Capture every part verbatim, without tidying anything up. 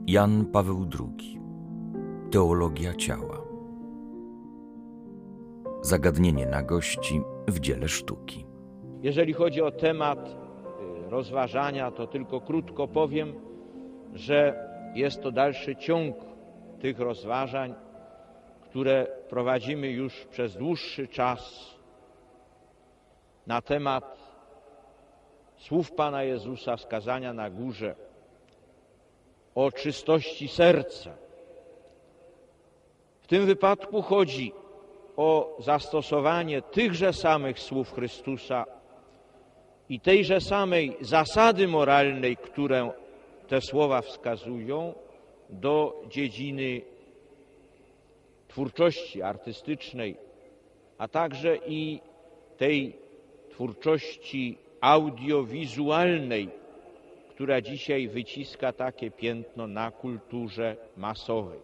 Jan Paweł drugi. Teologia ciała. Zagadnienie nagości w dziele sztuki. Jeżeli chodzi o temat rozważania, to tylko krótko powiem, że jest to dalszy ciąg tych rozważań, które prowadzimy już przez dłuższy czas na temat słów Pana Jezusa z kazania na górze o czystości serca. W tym wypadku chodzi o zastosowanie tychże samych słów Chrystusa i tejże samej zasady moralnej, które te słowa wskazują, do dziedziny twórczości artystycznej, a także i tej twórczości audiowizualnej, która dzisiaj wyciska takie piętno na kulturze masowej.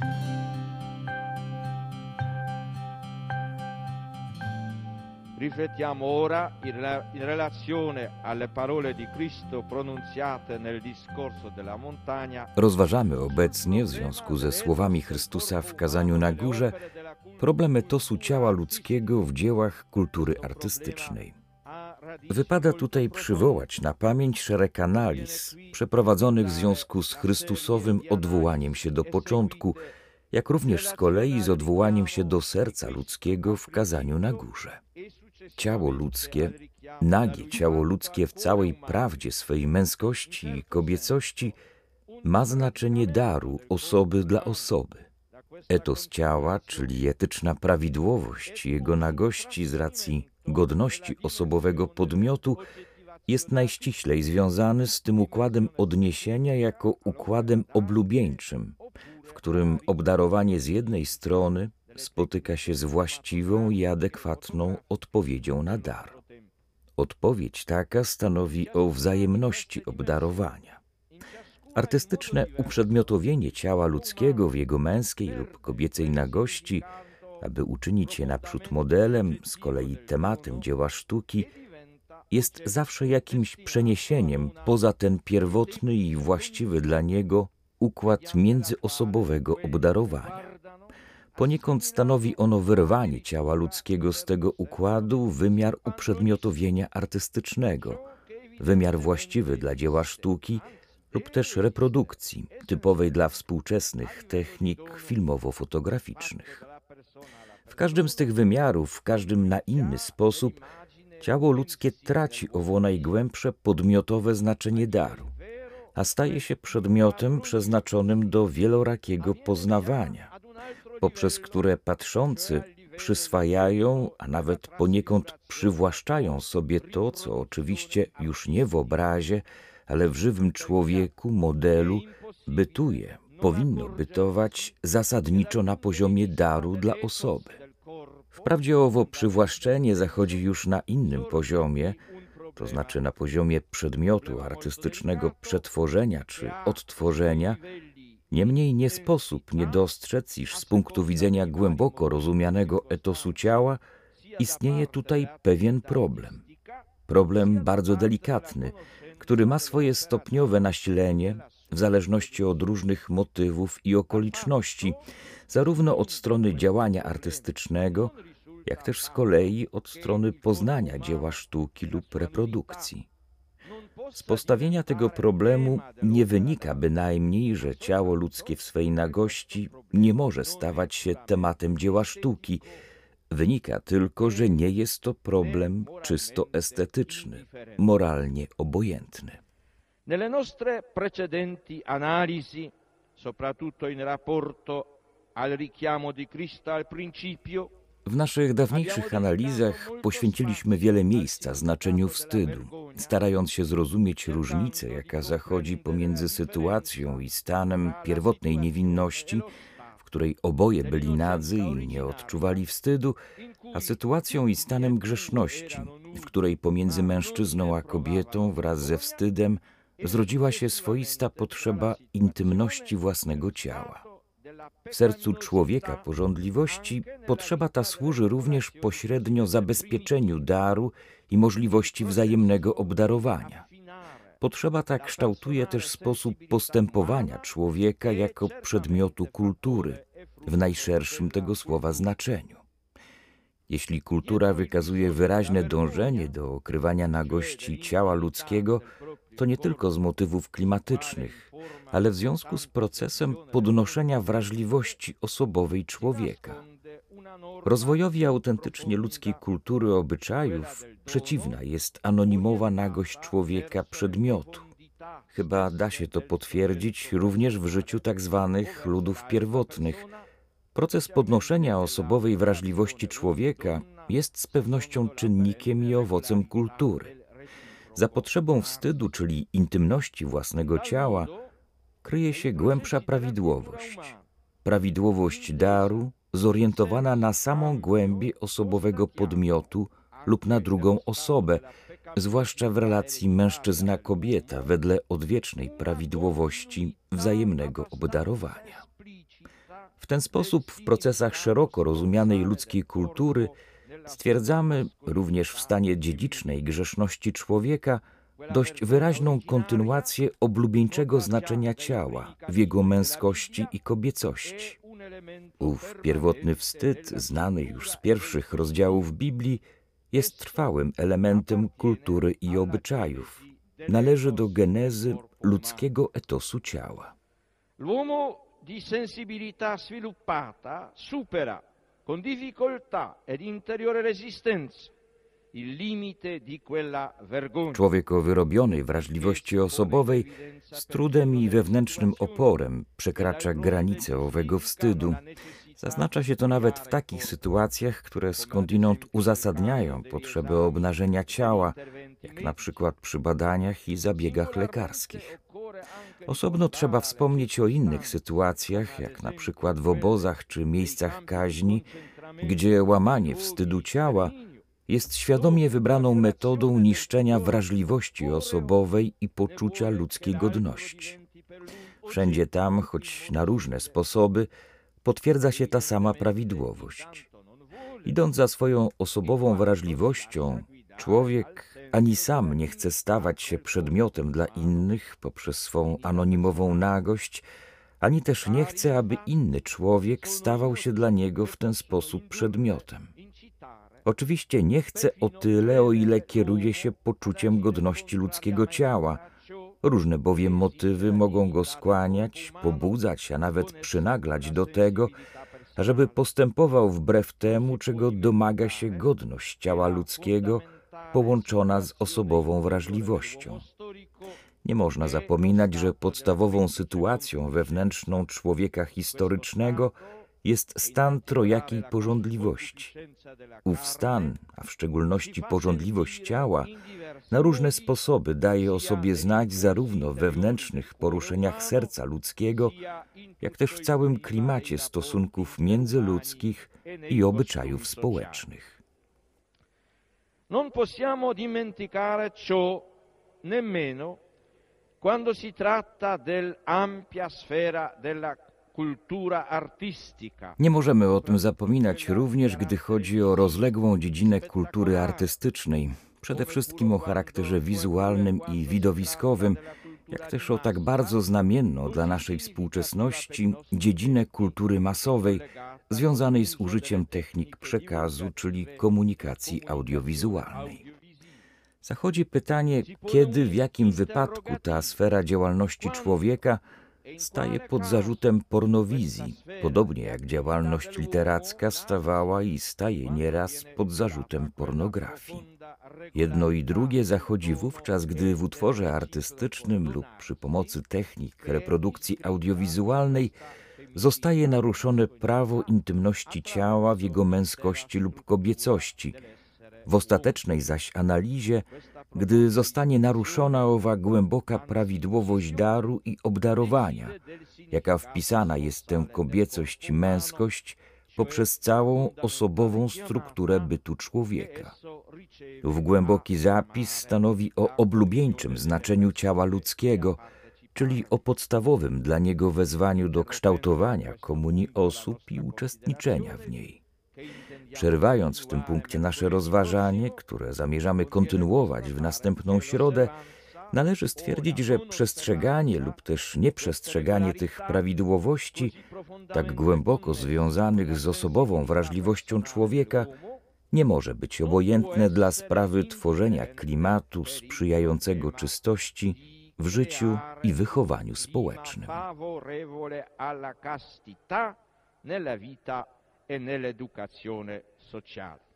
Riflettiamo ora in relazione alle parole di Cristo pronunziate nel discorso della montagna. Rozważamy obecnie w związku ze słowami Chrystusa w kazaniu na górze problem etosu ciała ludzkiego w dziełach kultury artystycznej. Wypada tutaj przywołać na pamięć szereg analiz przeprowadzonych w związku z Chrystusowym odwołaniem się do początku, jak również z kolei z odwołaniem się do serca ludzkiego w kazaniu na górze. Ciało ludzkie, nagie ciało ludzkie w całej prawdzie swej męskości i kobiecości ma znaczenie daru osoby dla osoby. Etos ciała, czyli etyczna prawidłowość jego nagości z racji godności osobowego podmiotu, jest najściślej związany z tym układem odniesienia jako układem oblubieńczym, w którym obdarowanie z jednej strony spotyka się z właściwą i adekwatną odpowiedzią na dar. Odpowiedź taka stanowi o wzajemności obdarowania. Artystyczne uprzedmiotowienie ciała ludzkiego w jego męskiej lub kobiecej nagości, aby uczynić je naprzód modelem, z kolei tematem dzieła sztuki, jest zawsze jakimś przeniesieniem poza ten pierwotny i właściwy dla niego układ międzyosobowego obdarowania. Poniekąd stanowi ono wyrwanie ciała ludzkiego z tego układu wymiar uprzedmiotowienia artystycznego, wymiar właściwy dla dzieła sztuki lub też reprodukcji, typowej dla współczesnych technik filmowo-fotograficznych. W każdym z tych wymiarów, w każdym na inny sposób, ciało ludzkie traci owo najgłębsze podmiotowe znaczenie daru, a staje się przedmiotem przeznaczonym do wielorakiego poznawania, poprzez które patrzący przyswajają, a nawet poniekąd przywłaszczają sobie to, co oczywiście już nie w obrazie, ale w żywym człowieku, modelu, bytuje, powinno bytować zasadniczo na poziomie daru dla osoby. Wprawdzie owo przywłaszczenie zachodzi już na innym poziomie, to znaczy na poziomie przedmiotu artystycznego przetworzenia czy odtworzenia, niemniej nie sposób nie dostrzec, iż z punktu widzenia głęboko rozumianego etosu ciała istnieje tutaj pewien problem. Problem bardzo delikatny, który ma swoje stopniowe nasilenie w zależności od różnych motywów i okoliczności, zarówno od strony działania artystycznego, jak też z kolei od strony poznania dzieła sztuki lub reprodukcji. Z postawienia tego problemu nie wynika bynajmniej, że ciało ludzkie w swej nagości nie może stawać się tematem dzieła sztuki. Wynika tylko, że nie jest to problem czysto estetyczny, moralnie obojętny. Nelle nostre precedenti analisi, soprattutto in rapporto al richiamo di Cristo al principio, W naszych dawniejszych analizach poświęciliśmy wiele miejsca znaczeniu wstydu, starając się zrozumieć różnicę, jaka zachodzi pomiędzy sytuacją i stanem pierwotnej niewinności, w której oboje byli nadzy i nie odczuwali wstydu, a sytuacją i stanem grzeszności, w której pomiędzy mężczyzną a kobietą wraz ze wstydem zrodziła się swoista potrzeba intymności własnego ciała. W sercu człowieka pożądliwości potrzeba ta służy również pośrednio zabezpieczeniu daru i możliwości wzajemnego obdarowania. Potrzeba ta kształtuje też sposób postępowania człowieka jako przedmiotu kultury, w najszerszym tego słowa znaczeniu. Jeśli kultura wykazuje wyraźne dążenie do okrywania nagości ciała ludzkiego, to nie tylko z motywów klimatycznych, ale w związku z procesem podnoszenia wrażliwości osobowej człowieka. Rozwojowi autentycznie ludzkiej kultury obyczajów przeciwna jest anonimowa nagość człowieka przedmiotu. Chyba da się to potwierdzić również w życiu tak zwanych ludów pierwotnych. Proces podnoszenia osobowej wrażliwości człowieka jest z pewnością czynnikiem i owocem kultury. Za potrzebą wstydu, czyli intymności własnego ciała, kryje się głębsza prawidłowość. Prawidłowość daru zorientowana na samą głębię osobowego podmiotu lub na drugą osobę, zwłaszcza w relacji mężczyzna-kobieta wedle odwiecznej prawidłowości wzajemnego obdarowania. W ten sposób w procesach szeroko rozumianej ludzkiej kultury stwierdzamy, również w stanie dziedzicznej grzeszności człowieka, dość wyraźną kontynuację oblubieńczego znaczenia ciała w jego męskości i kobiecości. Ów pierwotny wstyd, znany już z pierwszych rozdziałów Biblii, jest trwałym elementem kultury i obyczajów. Należy do genezy ludzkiego etosu ciała. L'uomo di sensibilità sviluppata supera con difficoltà ed interiore resistenza il limite di quella vergogna. Człowiek o wyrobionej wrażliwości osobowej z trudem i wewnętrznym oporem przekracza granice owego wstydu. Zaznacza się to nawet w takich sytuacjach, które skądinąd uzasadniają potrzebę obnażenia ciała, jak na przykład przy badaniach i zabiegach lekarskich. Osobno trzeba wspomnieć o innych sytuacjach, jak na przykład w obozach czy miejscach kaźni, gdzie łamanie wstydu ciała jest świadomie wybraną metodą niszczenia wrażliwości osobowej i poczucia ludzkiej godności. Wszędzie tam, choć na różne sposoby, potwierdza się ta sama prawidłowość. Idąc za swoją osobową wrażliwością, człowiek ani sam nie chce stawać się przedmiotem dla innych poprzez swą anonimową nagość, ani też nie chce, aby inny człowiek stawał się dla niego w ten sposób przedmiotem. Oczywiście nie chce o tyle, o ile kieruje się poczuciem godności ludzkiego ciała. Różne bowiem motywy mogą go skłaniać, pobudzać, a nawet przynaglać do tego, ażeby postępował wbrew temu, czego domaga się godność ciała ludzkiego, połączona z osobową wrażliwością. Nie można zapominać, że podstawową sytuacją wewnętrzną człowieka historycznego jest stan trojakiej pożądliwości. Ów stan, a w szczególności pożądliwość ciała, na różne sposoby daje o sobie znać zarówno w wewnętrznych poruszeniach serca ludzkiego, jak też w całym klimacie stosunków międzyludzkich i obyczajów społecznych. Non possiamo dimenticare ciò nemmeno quando si tratta dell'ampia sfera della cultura artistica. Nie możemy o tym zapominać również, gdy chodzi o rozległą dziedzinę kultury artystycznej, przede wszystkim o charakterze wizualnym i widowiskowym, jak też o tak bardzo znamienną dla naszej współczesności dziedzinę kultury masowej, związanej z użyciem technik przekazu, czyli komunikacji audiowizualnej. Zachodzi pytanie, kiedy, w jakim wypadku ta sfera działalności człowieka staje pod zarzutem pornowizji, podobnie jak działalność literacka stawała i staje nieraz pod zarzutem pornografii. Jedno i drugie zachodzi wówczas, gdy w utworze artystycznym lub przy pomocy technik reprodukcji audiowizualnej zostaje naruszone prawo intymności ciała w jego męskości lub kobiecości. W ostatecznej zaś analizie, gdy zostanie naruszona owa głęboka prawidłowość daru i obdarowania, jaka wpisana jest w tę kobiecość i męskość poprzez całą osobową strukturę bytu człowieka. Ów głęboki zapis stanowi o oblubieńczym znaczeniu ciała ludzkiego, czyli o podstawowym dla niego wezwaniu do kształtowania komunii osób i uczestniczenia w niej. Przerywając w tym punkcie nasze rozważanie, które zamierzamy kontynuować w następną środę, Należy stwierdzić, że przestrzeganie lub też nieprzestrzeganie tych prawidłowości, tak głęboko związanych z osobową wrażliwością człowieka, nie może być obojętne dla sprawy tworzenia klimatu sprzyjającego czystości w życiu i wychowaniu społecznym. Nella vita e nell'educazione sociale.